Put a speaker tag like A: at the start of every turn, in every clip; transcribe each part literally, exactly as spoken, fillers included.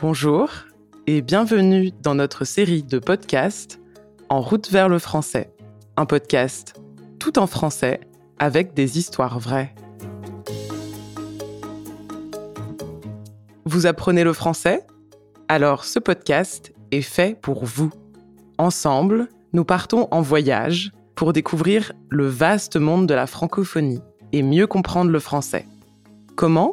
A: Bonjour et bienvenue dans notre série de podcasts En route vers le français. Un podcast tout en français avec des histoires vraies. Vous apprenez le français ? Alors ce podcast est fait pour vous. Ensemble, nous partons en voyage pour découvrir le vaste monde de la francophonie et mieux comprendre le français. Comment ?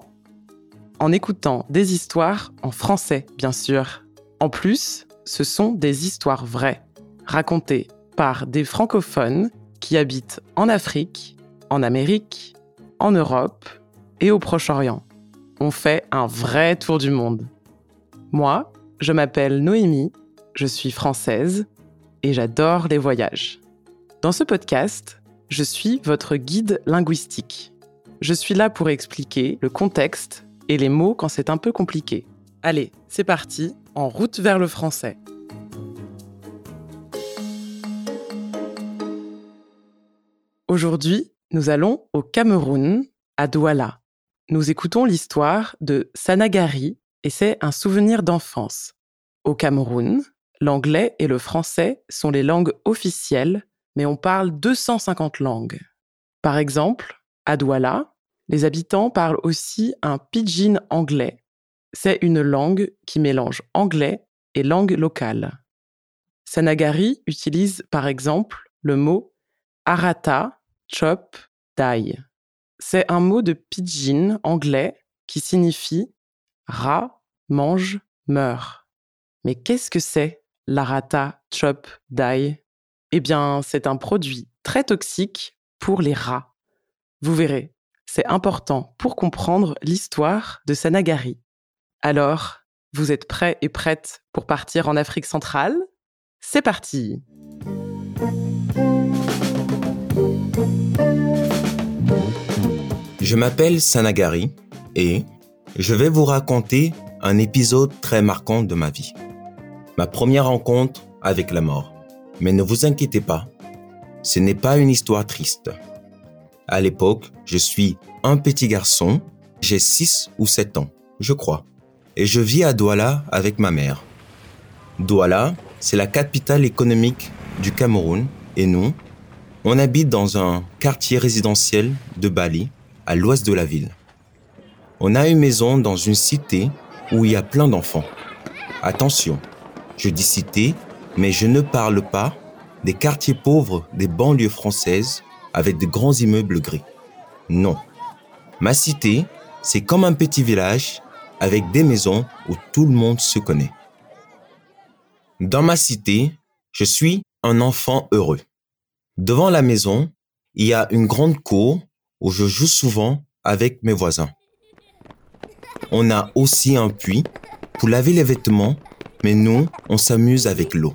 A: En écoutant des histoires en français, bien sûr. En plus, ce sont des histoires vraies, racontées par des francophones qui habitent en Afrique, en Amérique, en Europe et au Proche-Orient. On fait un vrai tour du monde. Moi, je m'appelle Noémie, je suis française et j'adore les voyages. Dans ce podcast, je suis votre guide linguistique. Je suis là pour expliquer le contexte et les mots quand c'est un peu compliqué. Allez, c'est parti, en route vers le français. Aujourd'hui, nous allons au Cameroun, à Douala. Nous écoutons l'histoire de Sanagari et c'est un souvenir d'enfance. Au Cameroun, l'anglais et le français sont les langues officielles, mais on parle deux cent cinquante langues. Par exemple, à Douala, les habitants parlent aussi un pidgin anglais. C'est une langue qui mélange anglais et langue locale. Sanagari utilise par exemple le mot arata, chop, die. C'est un mot de pidgin anglais qui signifie rat, mange, meurt. Mais qu'est-ce que c'est l'arata, chop, die ? Eh bien, c'est un produit très toxique pour les rats. Vous verrez, c'est important pour comprendre l'histoire de Sanagari. Alors, vous êtes prêts et prêtes pour partir en Afrique centrale ? C'est parti !
B: Je m'appelle Sanagari et je vais vous raconter un épisode très marquant de ma vie. Ma première rencontre avec la mort. Mais ne vous inquiétez pas, ce n'est pas une histoire triste. À l'époque, je suis un petit garçon, j'ai six ou sept ans, je crois, et je vis à Douala avec ma mère. Douala, c'est la capitale économique du Cameroun et nous, on habite dans un quartier résidentiel de Bali, à l'ouest de la ville. On a une maison dans une cité où il y a plein d'enfants. Attention, je dis cité, mais je ne parle pas des quartiers pauvres des banlieues françaises avec de grands immeubles gris. Non. Ma cité, c'est comme un petit village avec des maisons où tout le monde se connaît. Dans ma cité, je suis un enfant heureux. Devant la maison, il y a une grande cour où je joue souvent avec mes voisins. On a aussi un puits pour laver les vêtements, mais nous, on s'amuse avec l'eau.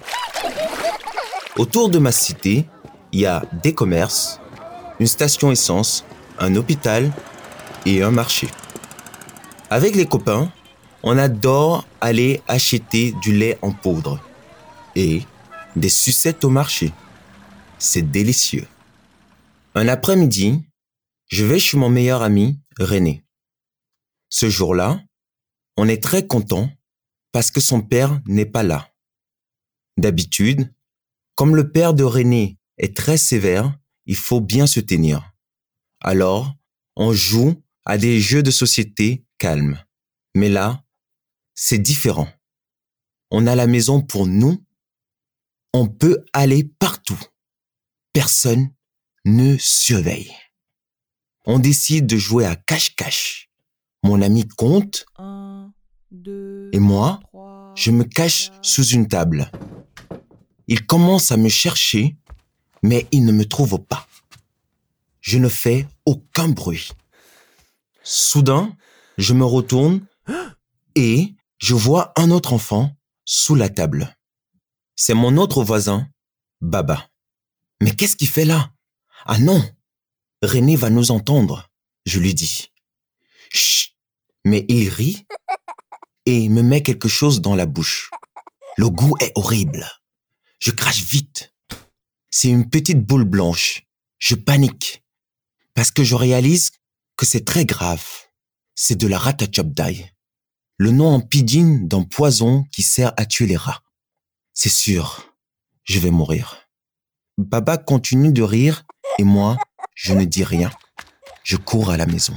B: Autour de ma cité, il y a des commerces, une station essence, un hôpital et un marché. Avec les copains, on adore aller acheter du lait en poudre et des sucettes au marché. C'est délicieux. Un après-midi, je vais chez mon meilleur ami, René. Ce jour-là, on est très content parce que son père n'est pas là. D'habitude, comme le père de René est très sévère, il faut bien se tenir. Alors, on joue à des jeux de société calmes. Mais là, c'est différent. On a la maison pour nous. On peut aller partout. Personne ne surveille. On décide de jouer à cache-cache. Mon ami compte
A: Un, deux,
B: et moi,
A: trois,
B: je me cache
A: quatre.
B: sous une table. Il commence à me chercher, mais il ne me trouve pas. Je ne fais aucun bruit. Soudain, je me retourne et je vois un autre enfant sous la table. C'est mon autre voisin, Baba. Mais qu'est-ce qu'il fait là ? Ah non, René va nous entendre, je lui dis. Chut, mais il rit et me met quelque chose dans la bouche. Le goût est horrible. Je crache vite. C'est une petite boule blanche. Je panique parce que je réalise que c'est très grave. C'est de la rata chop die. le nom en pidgin d'un poison qui sert à tuer les rats. C'est sûr, je vais mourir. Baba continue de rire et moi, je ne dis rien. Je cours à la maison.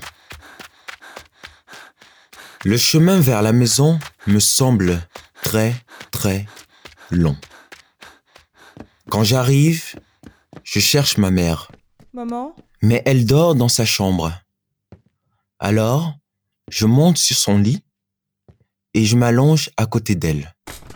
B: Le chemin vers la maison me semble très, très long. Quand j'arrive, je cherche ma mère.
C: Maman ?
B: Mais elle dort dans sa chambre. Alors, je monte sur son lit et je m'allonge à côté d'elle.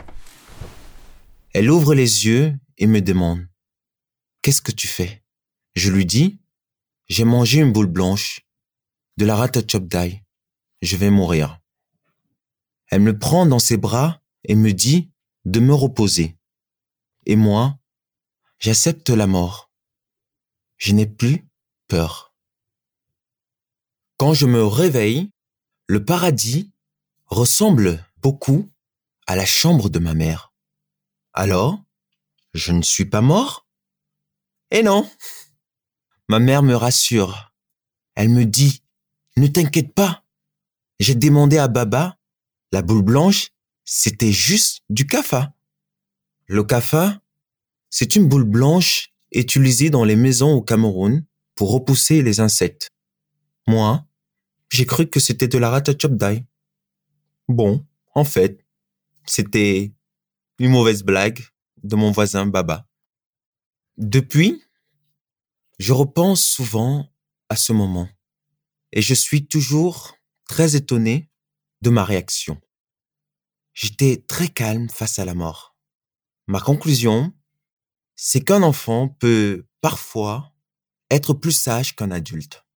B: Elle ouvre les yeux et me demande « Qu'est-ce que tu fais ?» Je lui dis « J'ai mangé une boule blanche, de la rata chop dai. Je vais mourir. » Elle me prend dans ses bras et me dit de me reposer. Et moi, j'accepte la mort. Je n'ai plus peur. Quand je me réveille, le paradis ressemble beaucoup à la chambre de ma mère. Alors, je ne suis pas mort? Eh non! Ma mère me rassure. Elle me dit, ne t'inquiète pas. J'ai demandé à Baba, la boule blanche, c'était juste du kafa. Le kafa, c'est une boule blanche utilisée dans les maisons au Cameroun pour repousser les insectes. Moi, j'ai cru que c'était de la rata chop dai. Bon, en fait, c'était une mauvaise blague de mon voisin Baba. Depuis, je repense souvent à ce moment et je suis toujours très étonné de ma réaction. J'étais très calme face à la mort. Ma conclusion, c'est qu'un enfant peut parfois être plus sage qu'un adulte.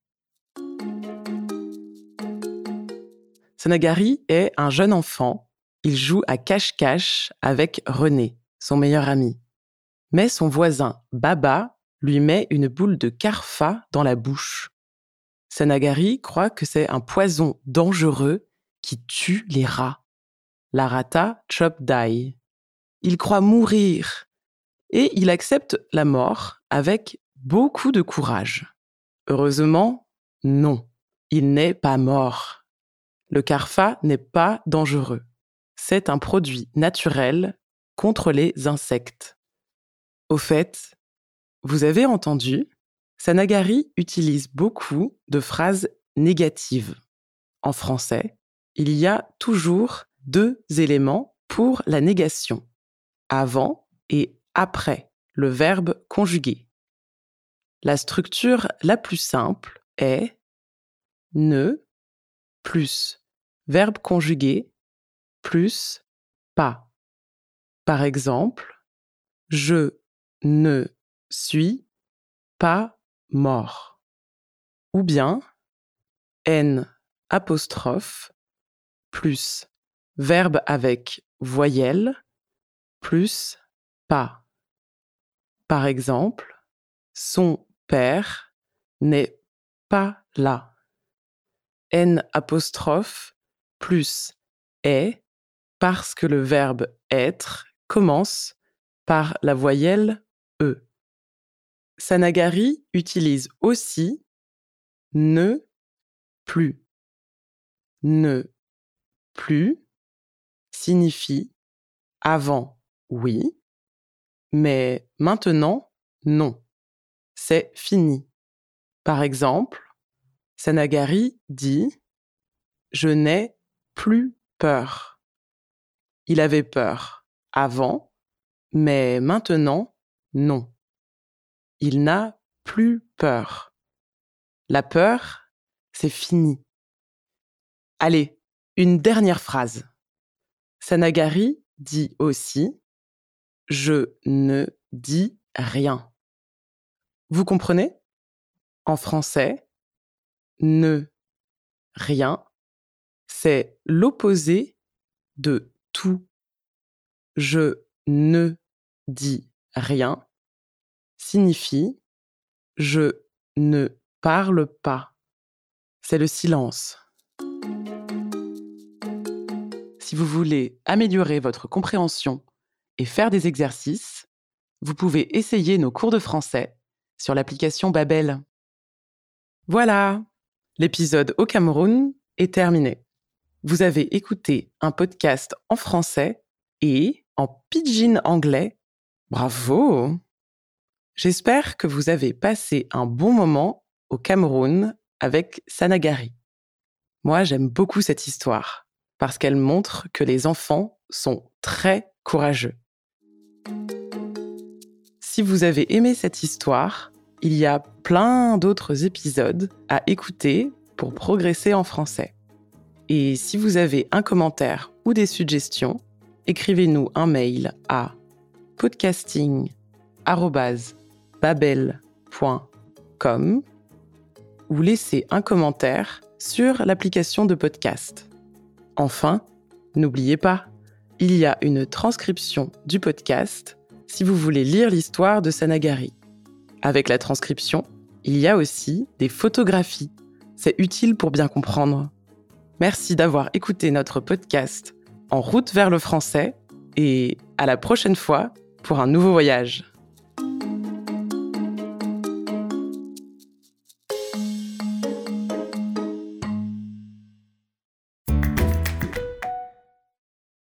A: Sanagari est un jeune enfant. Il joue à cache-cache avec René, son meilleur ami. Mais son voisin, Baba, lui met une boule de karfa dans la bouche. Sanagari croit que c'est un poison dangereux qui tue les rats. La rata chop dai. Il croit mourir et il accepte la mort avec beaucoup de courage. Heureusement, non, il n'est pas mort. Le karfa n'est pas dangereux. C'est un produit naturel contre les insectes. Au fait, vous avez entendu, Sanagari utilise beaucoup de phrases négatives. En français, il y a toujours deux éléments pour la négation, avant et après le verbe conjugué. La structure la plus simple est ne plus verbe conjugué plus pas. Par exemple, je ne suis pas mort. Ou bien N apostrophe plus verbe avec voyelle plus pas. Par exemple, son père n'est pas là. N apostrophe plus est parce que le verbe être commence par la voyelle E. Sanagari utilise aussi ne plus. Ne plus signifie avant oui, mais maintenant non. C'est fini. Par exemple, Sanagari dit « Je n'ai plus peur ». Il avait peur avant, mais maintenant, non. Il n'a plus peur. La peur, c'est fini. Allez, une dernière phrase. Sanagari dit aussi « Je ne dis rien ». Vous comprenez ? En français, ne rien, c'est l'opposé de tout. Je ne dis rien signifie je ne parle pas. C'est le silence. Si vous voulez améliorer votre compréhension et faire des exercices, vous pouvez essayer nos cours de français sur l'application Babel. Voilà, l'épisode au Cameroun est terminé. Vous avez écouté un podcast en français et en pidgin anglais. Bravo! J'espère que vous avez passé un bon moment au Cameroun avec Sanagari. Moi, j'aime beaucoup cette histoire parce qu'elle montre que les enfants sont très courageux. Si vous avez aimé cette histoire, il y a plein d'autres épisodes à écouter pour progresser en français. Et si vous avez un commentaire ou des suggestions, écrivez-nous un mail à podcasting arobase babel point com ou laissez un commentaire sur l'application de podcast. Enfin, n'oubliez pas, il y a une transcription du podcast si vous voulez lire l'histoire de Sanagari. Avec la transcription, il y a aussi des photographies. C'est utile pour bien comprendre. Merci d'avoir écouté notre podcast En route vers le français et à la prochaine fois pour un nouveau voyage.